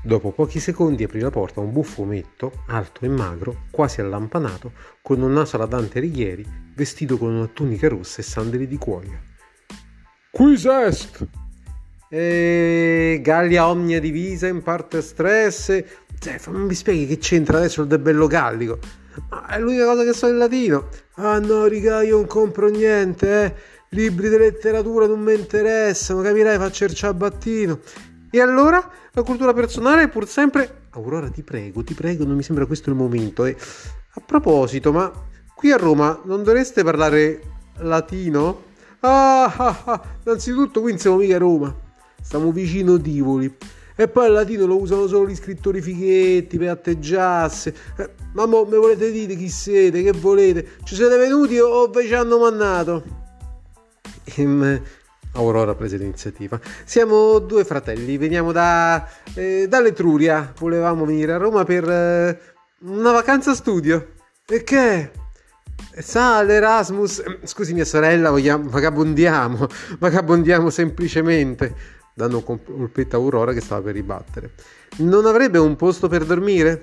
Dopo pochi secondi aprì la porta un buffo ometto, alto e magro, quasi allampanato, con un naso alla Dante Alighieri, vestito con una tunica rossa e sandali di cuoio. Quis est? Gallia omnia divisa in parte stress. Non mi spieghi che c'entra adesso il De Bello Gallico? Ma è l'unica cosa che so in latino. Ah no, riga, io non compro niente, libri di letteratura non mi interessano, capirai, faccio il ciabattino. E allora? La cultura personale è pur sempre... Aurora, ti prego, non mi sembra questo il momento. A proposito, ma qui a Roma non dovreste parlare latino? Innanzitutto qui non siamo mica a Roma, stiamo vicino Tivoli. E poi il latino lo usano solo gli scrittori fighetti per atteggiarsi. Ma mo me volete dire chi siete, che volete? Ci siete venuti o ve ci hanno mandato? Aurora prese l'iniziativa. Siamo due fratelli, veniamo dall'Etruria. Volevamo venire a Roma per una vacanza studio. E che? Sa, l'Erasmus. Scusi mia sorella, vagabondiamo semplicemente, dando un colpetto a Aurora che stava per ribattere. Non avrebbe un posto per dormire?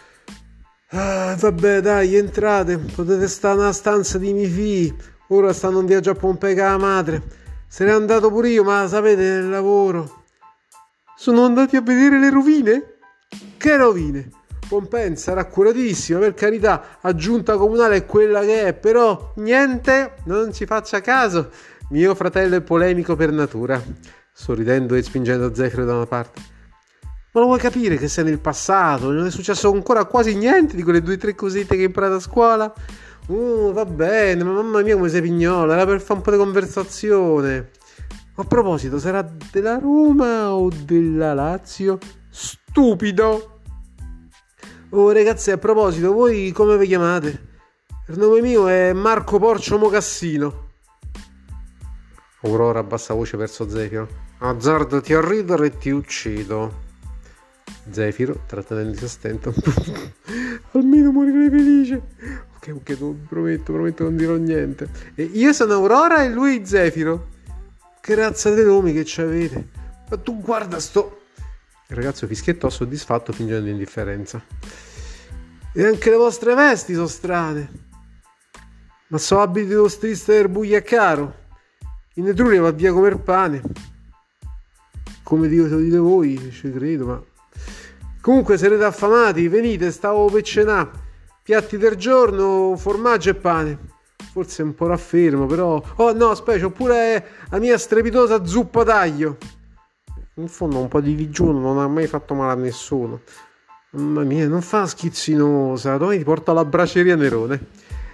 Vabbè dai, entrate, potete stare nella stanza di miei figli. Ora stanno in viaggio a Pompei con la madre. Se n'è andato pure io, ma sapete, nel lavoro. Sono andati a vedere le rovine? Che rovine? Pompei sarà curatissima, per carità, la giunta comunale è quella che è, però niente, non ci faccia caso. Mio fratello è polemico per natura, sorridendo e spingendo Zefiro da una parte. Ma lo vuoi capire che sei nel passato? Non è successo ancora quasi niente di quelle 2 o 3 cosette che hai imparato a scuola? Va bene, ma mamma mia come sei pignola, era per fare un po' di conversazione. A proposito, sarà della Roma o della Lazio? Stupido! Oh ragazzi, a proposito, voi come vi chiamate? Il nome mio è Marco Porcio Mocassino. Aurora abbassa voce verso Zefiro. Azzardati a ridere e ti uccido. Zefiro, trattenendosi a stento. Almeno morirei felice. Ok, prometto, non dirò niente. E io sono Aurora e lui Zefiro. Che razza di nomi che ci avete? Ma tu guarda sto... Il ragazzo fischiettò soddisfatto fingendo indifferenza. E anche le vostre vesti sono strane. Ma so abiti dello strister bugliaccaro. In Etruria va via come il pane. Come Dio te lo dite voi, ci credo, ma... Comunque sarete affamati, venite, stavo per cenà. Piatti del giorno, formaggio e pane. Forse un po' raffermo, però... Oh no, aspetta, oppure la mia strepitosa zuppa d'aglio. In fondo un po' di digiuno non ha mai fatto male a nessuno. Mamma mia, non fa schizzinosa, domani ti porto alla braceria Nerone.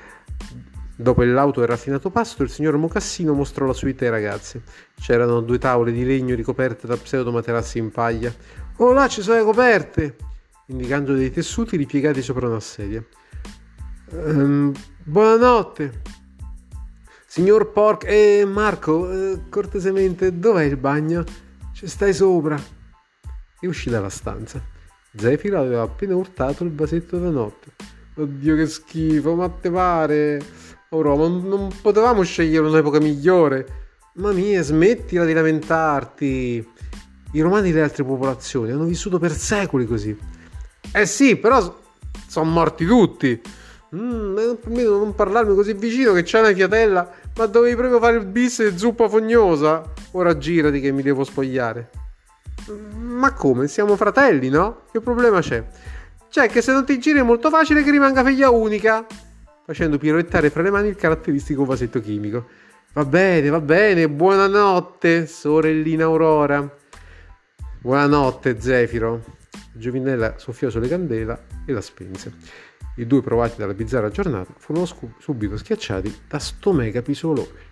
Dopo il lauto e raffinato pasto, il signor Mocassino mostrò la suite ai ragazzi. C'erano 2 tavole di legno ricoperte da pseudomaterassi in paglia. Oh, là ci sono le coperte! Indicando dei tessuti ripiegati sopra una sedia. Buonanotte! Signor Marco, cortesemente, dov'è il bagno? Ci stai sopra. E uscì dalla stanza. Zefiro aveva appena urtato il vasetto da notte. Oddio che schifo, ma te pare? Oh Roma, non potevamo scegliere un'epoca migliore. Mamma mia, smettila di lamentarti. I romani e le altre popolazioni hanno vissuto per secoli così. Sì, però sono morti tutti. Non parlarmi così vicino che c'è una fiatella. Ma dovevi proprio fare il bis e zuppa fognosa. Ora girati che mi devo spogliare. Ma come? Siamo fratelli, no? Che problema c'è? C'è che se non ti giri è molto facile che rimanga figlia unica. Facendo piroettare fra le mani il caratteristico vasetto chimico. Va bene, buonanotte, sorellina Aurora. Buonanotte, Zefiro. Giovinella soffiò sulle candela e la spense. I 2 provati dalla bizzarra giornata furono subito schiacciati da sto mega pisolone.